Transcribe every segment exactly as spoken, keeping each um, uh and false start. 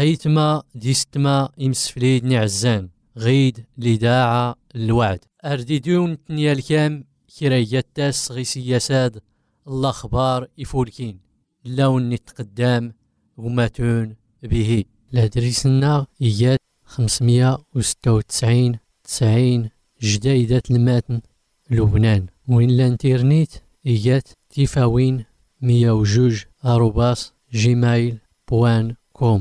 أيتما ديستما إمسفليد نعزان غيد لداعة الوعد أرديدون تنيا الكام كرياتاس غي سياساد الأخبار يفولكين اللون نتقدام وماتون به لادريسنا إيات خمسمية وستة وتسعين تسعين جديدة الماتن لبنان وين الانترنت إيات تيفاوين مية وجوج أروباس جيميل بوان كوم.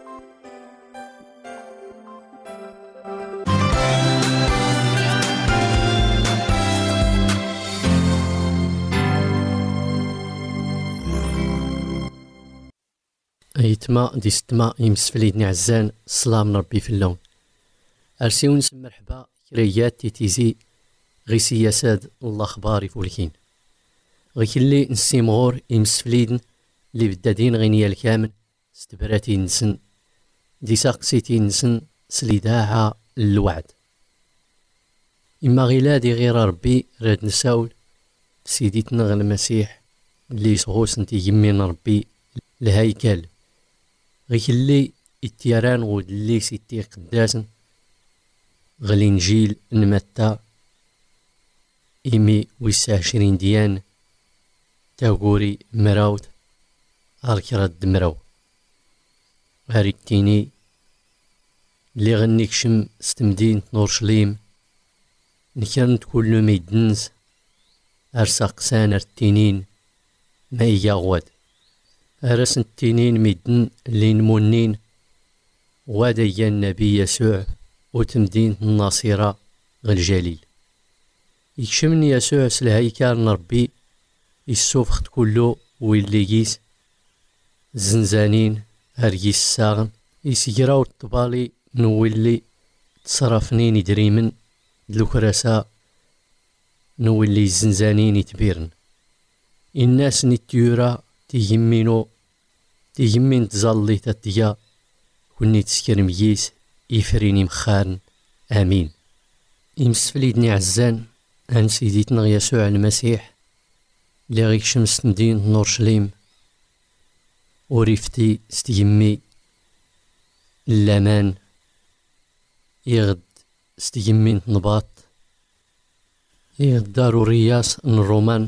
أيتما ديستما يمسفليدني عزان السلام ربي في اللون أرسيون نسم مرحبا كريات تيتيزي غي سياساد الأخبار يفولكين غي كلي نسيمغور يمسفليدن اللي بدادين غينيا الكامل استبراتي نسن دي ساقسيتي نسن سليداعة الوعد إما غيلادي غير ربي راد نساول سيديتنا غير المسيح اللي صغوس انتي يمين ربي الهيكل غي كلي التيران غود اللي سيتي قداسن غلي نجيل نمتا إيمي ويسا عشرين ديان تاغوري مراوت الكراد مراو هاري التيني اللي غنكشم ستمدين نورشليم نكرنت كل ميدنس أرساق سانر التينين ما إياغواد أرسن التينين ميدن اللي نمونين وديا النبي يسوع وتمدين الناصرة غالجليل يكشمني يسوع سلهيكار نربي يسوفخت كله ويليجيس زنزانين هرجيس الساغن يسيراو الطبالي نولي تصرفنين يدريمن دلوكراسا نولي الزنزانين يتبيرن الناس نتيورا تيجمينو تيجمين تزالي تاتيا كوني تسكرمييس يفريني مخارن آمين. يمسفليدني عزان عن سيديتنا يسوع المسيح اللي غيكشم ستمدين نورشليم وريفتي ستيمي اللامان يغد ستيمين نباط يغد ضرورياس نرومان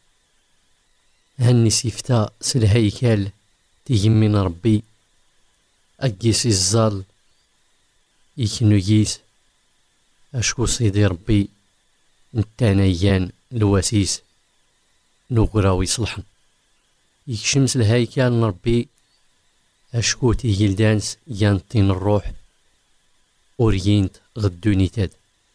هني سيفتا سلهيكال تيمين ربي أجيس الزال يكنويس أشكو سيدي ربي نتانيان الواسيس نقراو يصلحن يكشمس الهيكل نربي أشكو تيجلدانس يانطين الروح أورينت غدوني تاد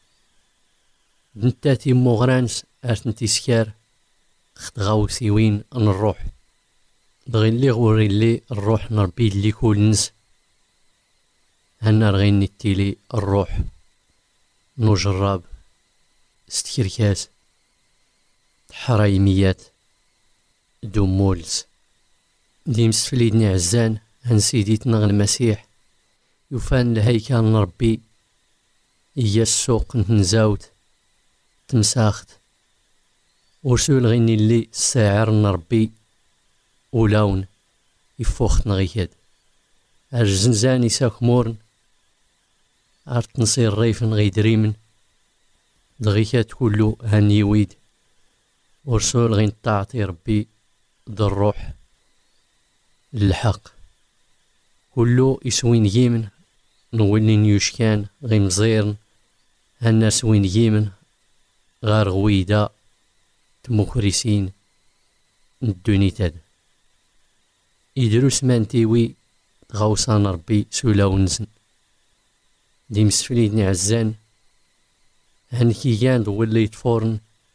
نتاتي مغرانس أرتنتي سكار خطغاو سيوين الروح بغي اللي غوري اللي الروح نربي اللي كولنس هنا رغيني التيلي الروح نجرب ستكركاس حرايميات دومولز ديمس فليدني عزان هن سيديتنا المسيح يفان الهيكل نربي إيا السوق نزاوت تمساخت ورسول غيني اللي الساعر نربي ولون يفوخت نغيكاد أرزنزاني ساك مورن أرت نصير ريفن غيدريمن دغيكات كلو هني ويد ورسول غين تعطي ربي ذا الروح الحق كلو يسوين يمن نولي نيوشكان غي مزيرن هالناس وين يمن غار غويدا تموكريسين ندوني تاد يدروس مانتيوي غوصان ربي سولا ونزن دي مسفليدني عزان هنكيان دولي يتفورن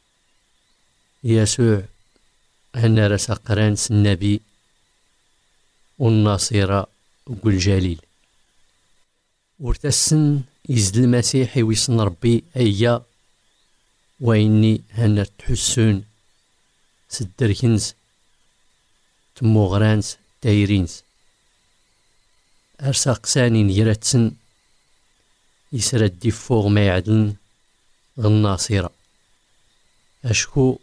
يسوع هنا رسا قرانس النبي والناصرة والجليل ورتسن يزد المسيح ويصن ربي أيا وإني هنا تحسون سدركنز تموغرانس تايرينز أرساق سانين يرتسن يسرد دي فوق ما يعدلن غناصرة أشكو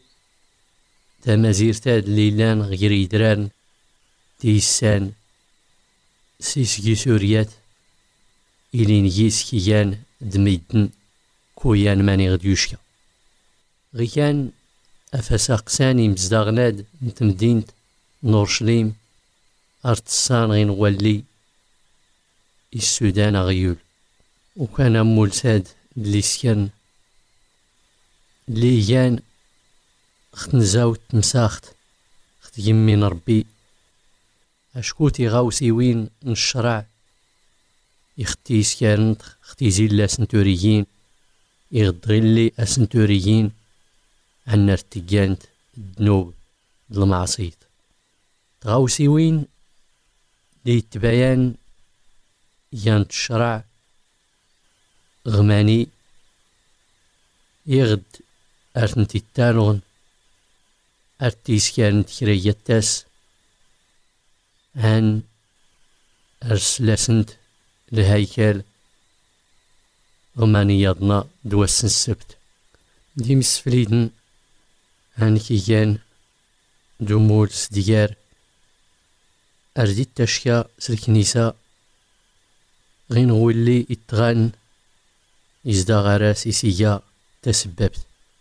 تمازير تاد ليلان غير يدران تيسان سيسكي سوريات إلين يس كيان دميدن كويان ماني غديوشكا غي كان أفساقساني مزداغناد نتمدينت نورشليم أرتسان غين ولي السودان غيول وكان مولساد اللي سكن اللي يان ختنزاوت تمساخت خت يمين ربي أشكوتي غاوسي وين نشرع يختي سكانت ختي زيلا سنتوريين يغدغلي أسنتوريين عن ارتقانت الذنوب المعصيت غاوسي وين لي تبايان يان تشرع غماني يغد أرتنتي التانون أرتيس كانت كريتاس هان أرسلسنت لهيكل غماني يضنا دوسن السبت دي مسفليدن هان كيان دمول سديار أرديت تشكا سالكنيسة غين ولي اتغان إزدا غراس إسيا تسببت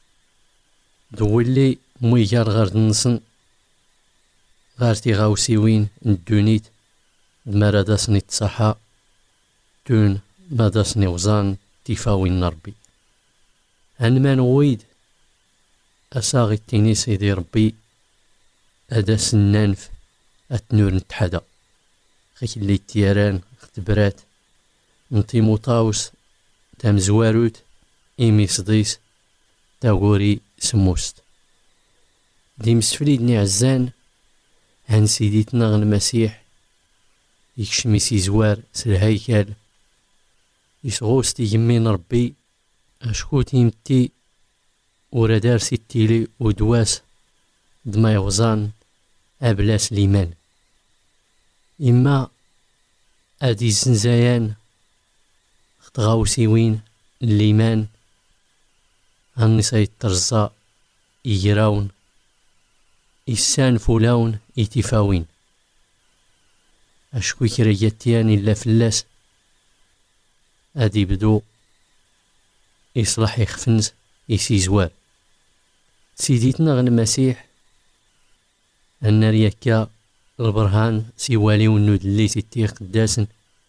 دولي مويجار غار نصن غارتي غاوسيوين ندونيت دمارا داسني تصحا تون ما داسني وزان تيفاوين نربي هن ما نويد أساغي التيني سيدي ربي أدا سنانف أتنور نتحدا خيك اللي تياران اختبرات نتي موطاوس تام زواروت إيمي صديس تاغوري سموست دي مسفليدني عزان هان سيديتنا غن المسيح يكشمي سي زوار سالهيكل يسغوستي يمين ربي أشكوتي يمتي ورا دار ستيلي ودواس دما يغزان أبلاس ليمان إما أدي الزنزايان خطغاوسي وين الليمان هاني سيترزا يجراون إسان فولاون إتفاوين أشكوي كرياتيان إلا فلاس أدي بدو إصلاح يخفنز إسي زوار سيديتنا غن المسيح أن ريكا البرهان سيوالي ونود اللي ستي قداسن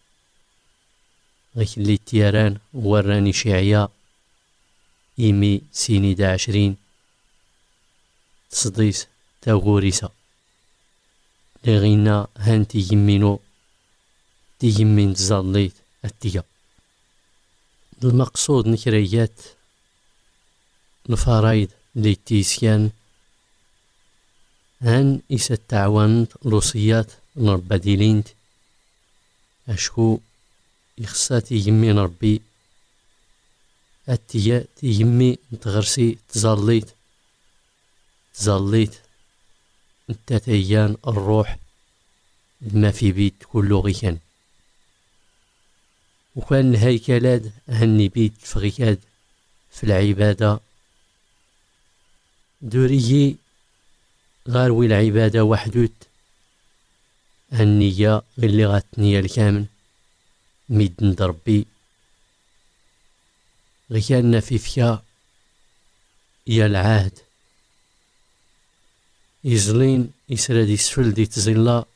غيك اللي تياران وراني شيعيا إيمي سيني دا عشرين تصديس تاغوريسا لغينا هان تيجمينو تيجمين تزاليت التيا المقصود نكريات الفرايد لي تيسيان هان إسا التعوان لوصيات نرباديلينت أشكو يخصا تيجمين ربي التيا تيجمي تغرسي تزاليت تزاليت التاتيان الروح ما في بيت كله غيكان وكان الهيكلات هني بيت فغيكاد في العبادة دوريي غاروي العبادة وحدوت النية اللي غاتنية الكامل ميدن دربي غيكان في فيا يا العهد يزلين يسرد يسفل دي تزلا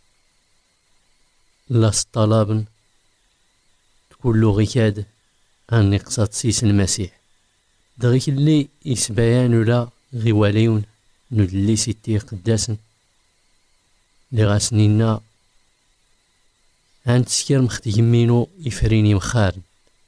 لاس طلابن كله غيكاد أني قصاد سيس المسيح دغيك اللي يسبيان ولا غيواليون ندلي ستي قداسن لي غاسنينا هان تسكير مختيمينو يفريني مخارن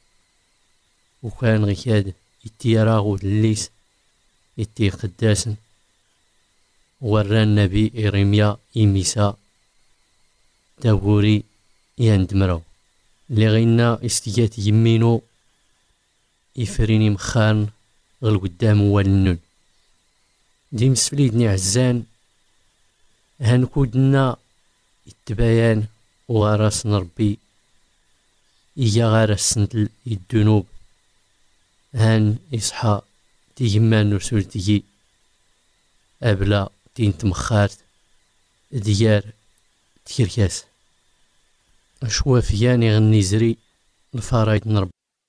وكان غيكاد يتيراغو دليس يتي قداسن ورا النبي إيرميا إيميسا تاغوري يندمرو اللي غينا استيات يمينو يفريني مخارن غل قدام والنون دي مسفليدني عزان هنكودنا التبايان وغارس نربي إيا غارس سندل الذنوب هان إصحى تيجمان رسول تيجي أبلا تين تمخارت ديار تكركاس شوافياني غنيزري الفرايد نرب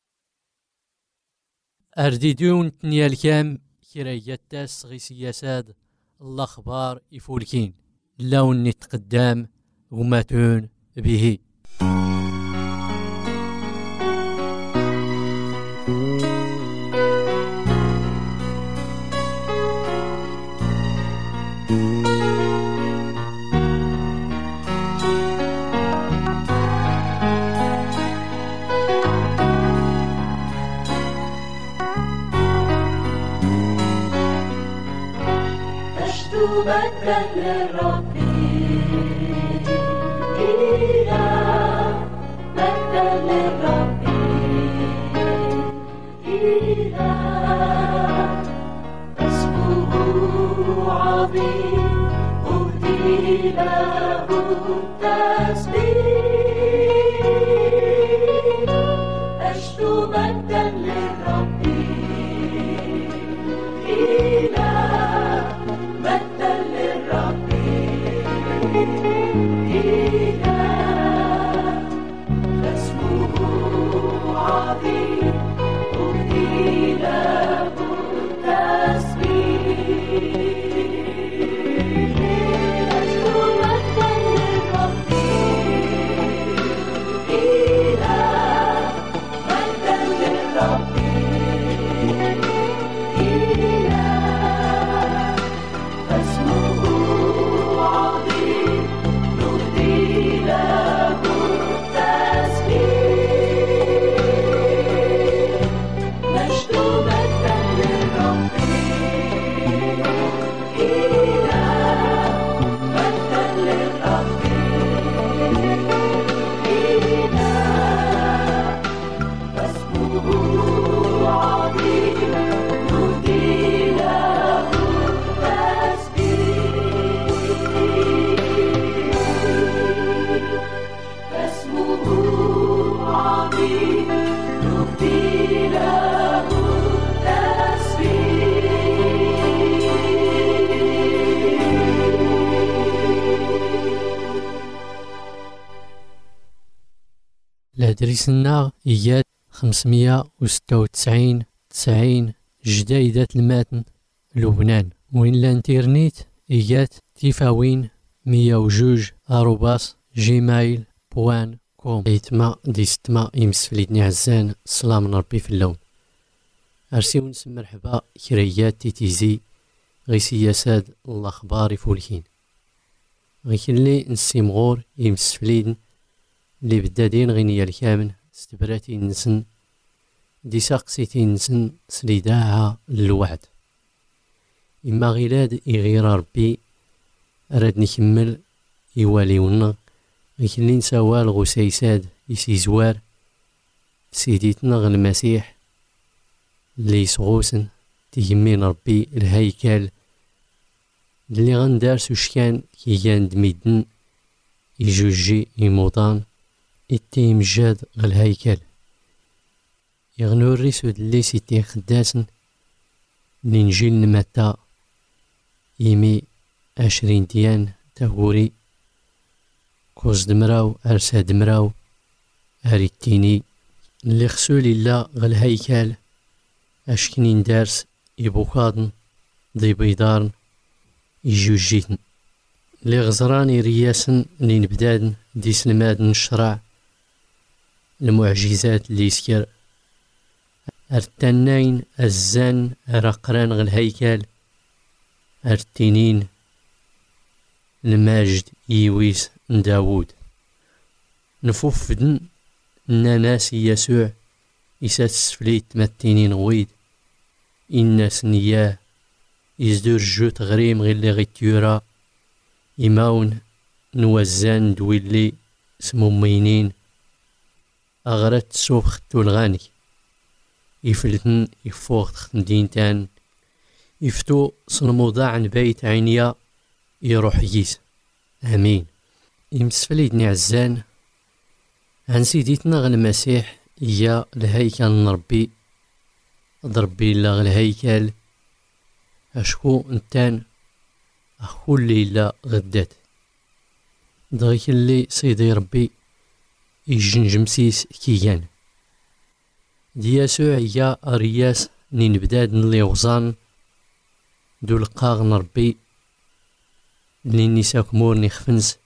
أرديدون تنيا الكام كرايات تاس غي سياساد الأخبار يفولكين لون نتقدام وماتون به مجدا للربي إله مجدا للربي إله اسمه عظيم أهدي له التسبيح أشدو مجدا للربي إله مجدا للربي إله فاسمه عظيم أهدي له التسبيح أشدو مجدا للربي إله مجدا للربي لادريسنا إيات خمسمية وستة وتسعين تسعين جدايدة الماتن لبنان وين لانترنيت إيات تيفاوين مية وجوج أروباس جيمايل بوان كوم إيتما ديستما يمسفليدني عزان سلام ربي في اللون أرسيو نسم مرحبا كريات تيتيزي غي سياساد الأخبار يفولكين غي كلي نسيمغور يمسفليدن اللي بدادين غينيا الكامن استبراتي نسن دي ساقسيتي نسن سليداعة للوعد إما غيلاد إغير ربي أراد نكمل يواليونا غيكلي نساوا الغسيساد يسيزوار سيديتنا غ المسيح اللي يسغوسن تيهمين ربي الهيكل اللي غندارس وشكان كي كان دميدن يجوجي يموطان إتيم جاد غ الهيكل يغنو الريسو دلي سيتي خداسن لنجيل نمتا يمي عشرين ديان تهوري كوز دمراو أرسا دمراو أريتيني اللي خسو لله غ الهيكل أشكنين دارس يبوكادن دي بيدارن يجوجيتن اللي غزراني رياسن اللي نبدادن دي سلمادن الشرع المعجزات اللي يسكر أرتنين الزان رقران غ الهيكل أرتينين الماجد يويس داوود نفوفدن الناس يسوع إسات سفليت متينين غويد إنا سنياه يزدور جوت غريم غير اللي غيتيورا إماون نوزان دويلي سمومينين أغرات سوف ختو الغاني يفلتن يفوق تخندين تان يفتو صنموضاع عن بيت عينيا يروح يجيس امين يمسفليدني عزان عن سيديتنا غ المسيح يا الهيكل نربي ضربي لا غ الهيكل اشكو انتان اخو الليلة غدات دغيك اللي سيدي ربي يجنجمسيس كيان دي يسوع يا أرياس نين بداد اللي غزان دول قاغ نربي لين نساك مور نخفنس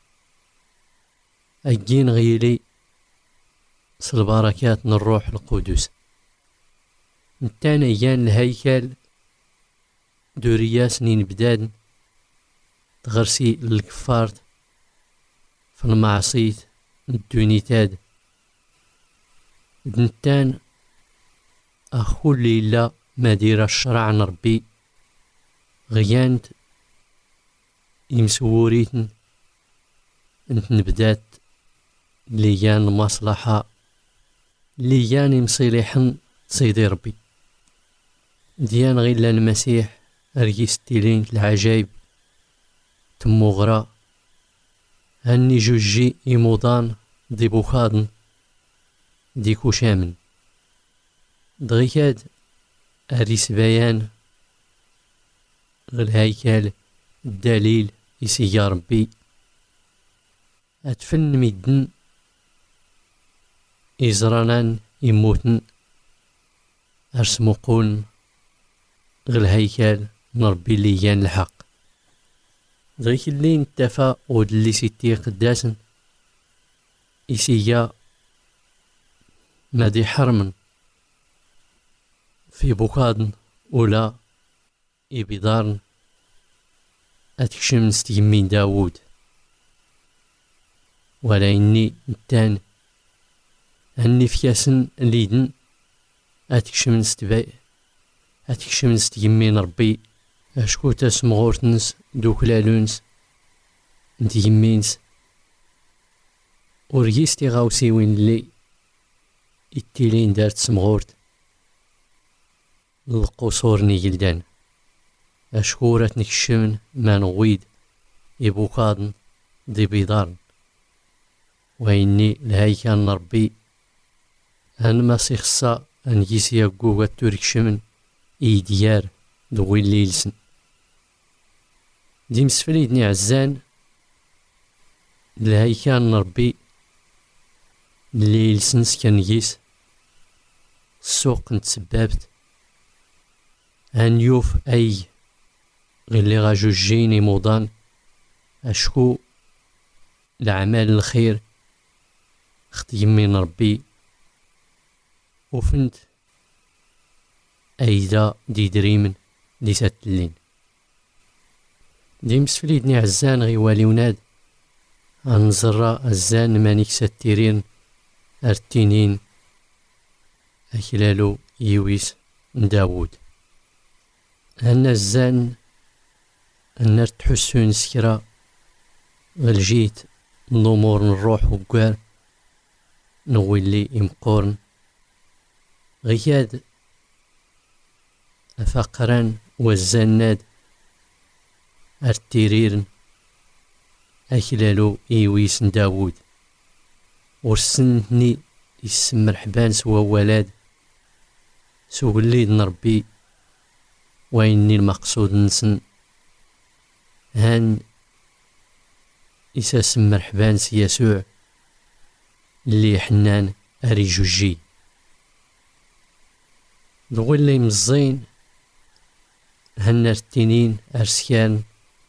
أجين غيلي سالبركات من الروح القدس نتانا يان الهيكل دورياس نين بداد تغرسي الكفارت في المعصيت الدونيتاد دنتان أخو ليلا مدير الشرع نربي غيانت يمسوريتن انت نبدات ليان المصلحة ليان يمصيلحن سيدي ربي ديان غير المسيح أرجيس تيلين العجايب تموغرا هني جوجي يموضان دي بوخادن دي كوشامن دغيكاد أريس بيان الهيكل الدليل يسي ربي أتفن ميدن إزرانان يموتن أرسمقون غير الهيكل نربي ليان الحق دغيك اللي نتفا ودلي سيتي قداسن إسيا مادي حرمن في بوكادن ولا إبدارن أتكشم ستيمين داوود ولا إني نتان أني فياسن ليدن أتكشم ستباء أتكشم ستيمين ربي أشكو تسمغورتنس دوكلالونس ديمينس وريستي غاوسي وين اللي التيلين دارت سمغورت القصور نيجلدان أشكورة نكشمن ما نغويد إبوكادن دي بيدارن وإني الهيكل نربي هن ما سيخصا أن يسيا قوغا توركشمن إيديار دوين ليلسن دي مسفليدني عزان الهيكل نربي ليلسن سكنيس السوق نتسبابت هن يوف أي غير اللي غاجوجيني موضان أشكو الأعمال الخير خت يمين ربي وفنت أيدا دي دريمن دي ساتلين دي مسفليدني عزان غيوالي وناد أنزرا الزان مانيك ساتيرين أرتينين أكلالو يويس داوود هنا الزان أنر تحسون سكرا غلجيت الأمور نروح وقار نولي إمقورن غياد أفقران والزناد أرتيريرن أكلالو إيويس داوود ورسنتني يسمر حبان سوا ولاد سو الليد نربي وإني المقصود نسن هان إسا سمر حبان سيسوع اللي حنان أري جوجي دغول لي مزين هن ارتينين أرسكان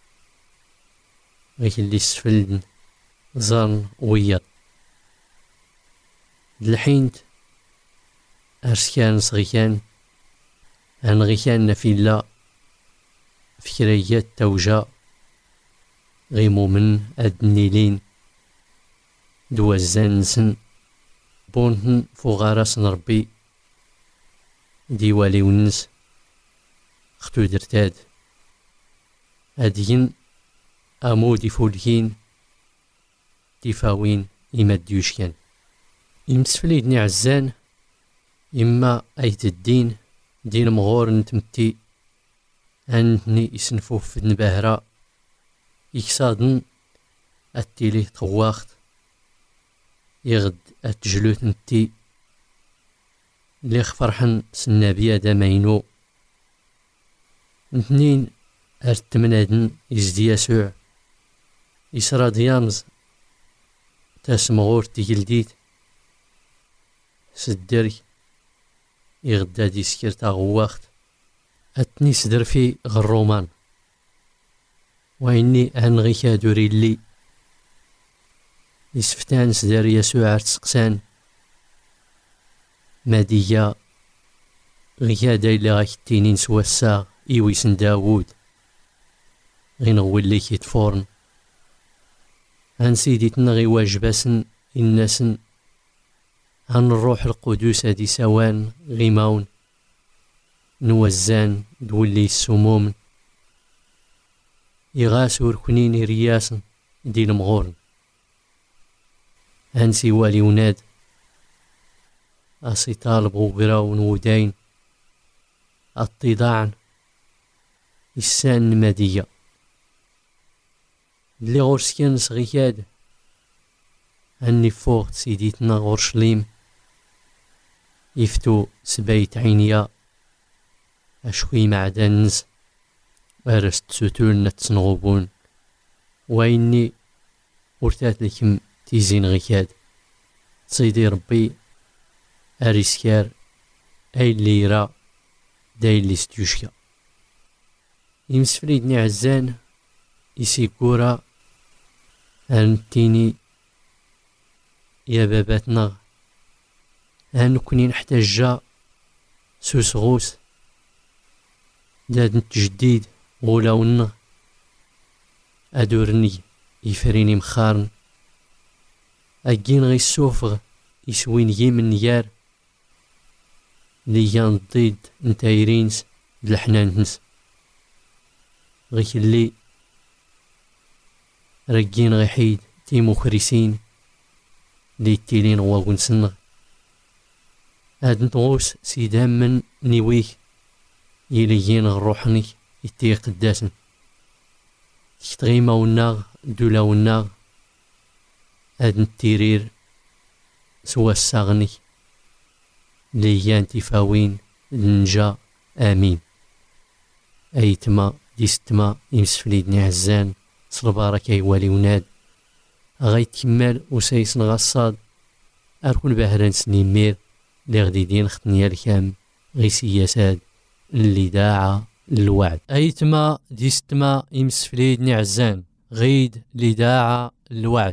غيك اللي سفلدن زان ويض دلحينت أرسكان صغيكان هن غيكان نفيلا فكريات توجا غيمو من أدنيلين دوا الزانسن بونهن فوغارس نربي ديوالي ونس ختو درتاد أدين أمودي فولكين تفاوين إما ديوشكان يمسفليدني عزان إما أيت الدين دين مغور نتمتي أنتني يسنفو في النباهرة يكسادن أتيليه طواخت يغد أتجلوت نتي ليخ فرحن سنابيا دامينو نتنين أرتمنادن يزدي يسوع يسرى ديامز تاسمغور تيجلديت سدري يغدا دي سكرتا غواخت أتني سدر في غرومان وإني أنغي كادوري اللي يسفتان سدر يسوع تسقسان مادية غيادا إلا غاكتينين سوا الساغ إيويسن داوود غينغول لي كيتفورن هان سيدي تنغي واجباسن الناسن هان الروح القدوس هادي سوان غيماون نوزان دولي السموم يغاس وركنين رياسن دي المغورن هان سيوالي وناد أسي طالب غوغراو ونوداين الطضاعن السان مادية اللي غورسكان صغياد هاني فوق سيديتنا غورشليم يفتو سبايت عينيا أشوي معدنز أرست ستولنا تسنغوبون وإني ورتات لكم تيزين غيكاد تصيدي ربي أريسكار أي اللي يرى داي اللي ستيوشكا يمسفريدني عزان يسيكورا هانتيني يا باباتنا هانكوني نحتاجا سوسغوس داد التجديد غولاونا أدورني يفريني مخارن أجين غي السوفغ يسوين يمن يار ليان ضيد نتايرينس دالحنانس غيك اللي رجين غيحيد تيمو خريسين لي تيلين غواغون سنغ هاد نتغوس سيدام من نيويك يليين غروحني يتي قداسن كتغيما وناغ دولا وناغ هاد نتيرير سوا الساغني ليان تيفاوين نجا آمين أيتما ديستما يمسفليدني عزان صلبارك يوالي وناد غايت كمال وسيسن غصاد أركون بهران سنيمير لي غدي دين ختنيا الكام غي سياسات اللي داعا الوعد أيتما ديستما يمسفليدني عزان غيد اللي داعا الوعد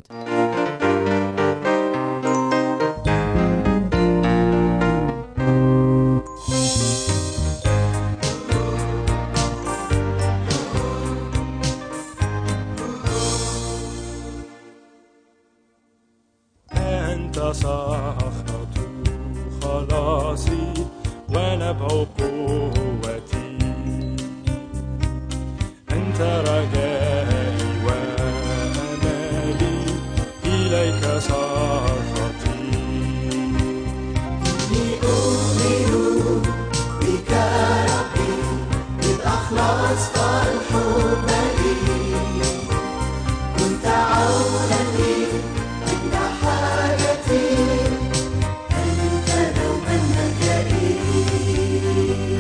صخرة خلاصي ونبع قوتي أنت رجائي وأمالي إليك صرفتي أؤمن بك ربي إذ أخلصت الحب لي كنت عونا لي عند حاجتي أنت دوما ملجئي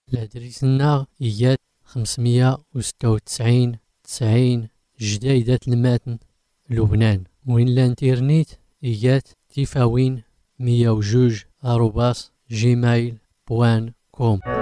الأدريسنا إيات خمسمية وستة وتسعين تسعين جديدة الماتن لبنان. وين الانترنت إيات تيفاوين مية وجوج أروباس جيميل بوان كوم.